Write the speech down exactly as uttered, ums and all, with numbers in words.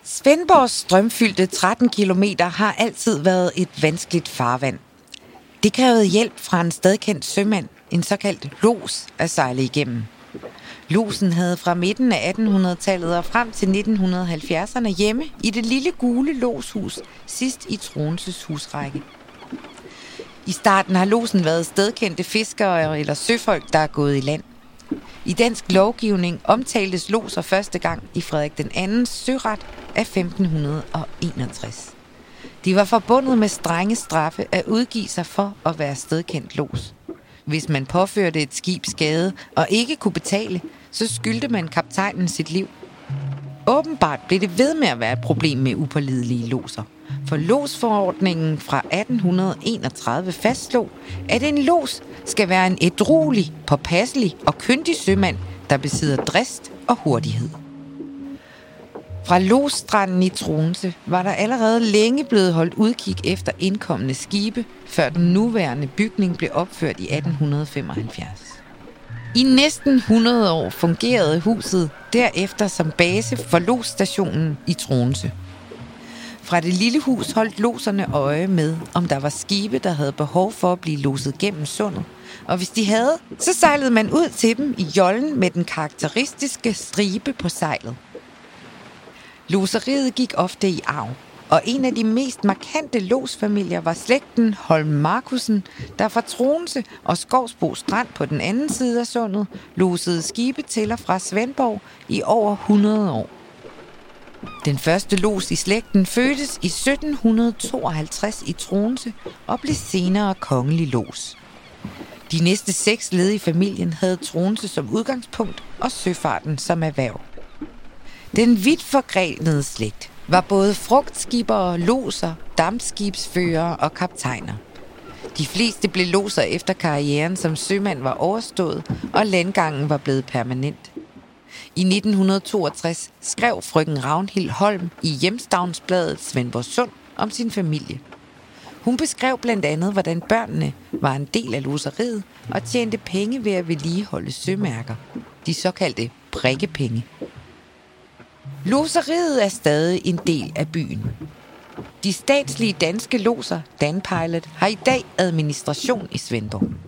Svendborgs strømfyldte tretten kilometer har altid været et vanskeligt farvand. Det krævede hjælp fra en stedkendt sømand, en såkaldt lods, at sejle igennem. Lodsen havde fra midten af attenhundredetallet og frem til nitten halvfjerdserne hjemme i det lille gule lodshus, sidst i Troenses husrække. I starten har lodsen været stedkendte fiskere eller søfolk, der er gået i land. I dansk lovgivning omtaltes lodser første gang i Frederik den andens søret af femten enogtres. De var forbundet med strenge straffe at udgive sig for at være stedkendt lods. Hvis man påførte et skib skade og ikke kunne betale, så skyldte man kaptajnen sit liv. Åbenbart blev det ved med at være et problem med upålidelige lodser, for lodsforordningen fra atten enogtredive fastslog, at en lods skal være en ædruelig, påpasselig og kyndig sømand, der besidder drist og hurtighed. Fra lodsstranden i Troense var der allerede længe blevet holdt udkig efter indkommende skibe, før den nuværende bygning blev opført i atten femoghalvfjerds. I næsten hundrede år fungerede huset derefter som base for lodsstationen i Troense. Fra det lille hus holdt lodserne øje med, om der var skibe, der havde behov for at blive lodset gennem sundet. Og hvis de havde, så sejlede man ud til dem i jollen med den karakteristiske stribe på sejlet. Lodseriet gik ofte i arv, og en af de mest markante lodsfamilier var slægten Holm Markussen, der fra Troense og Skovsbo Strand på den anden side af sundet lodsede skibe til og fra Svendborg i over hundrede år. Den første lods i slægten fødtes i sytten tooghalvtreds i Troense og blev senere kongelig lods. De næste seks led i familien havde Troense som udgangspunkt og søfarten som erhverv. Den vidt forgrenede slægt var både frugtskibere, lodser, dampskibsførere og kaptajner. De fleste blev lodser efter karrieren som sømand var overstået, og landgangen var blevet permanent. I nitten toogtres skrev frøken Ragnhild Holm i Hjemstavnsbladet Svendborgsund om sin familie. Hun beskrev blandt andet, hvordan børnene var en del af lodseriet og tjente penge ved at vedligeholde sømærker, de såkaldte prikkepenge. Lodseriet er stadig en del af byen. De statslige danske lodser, Danpilot, har i dag administration i Svendborg.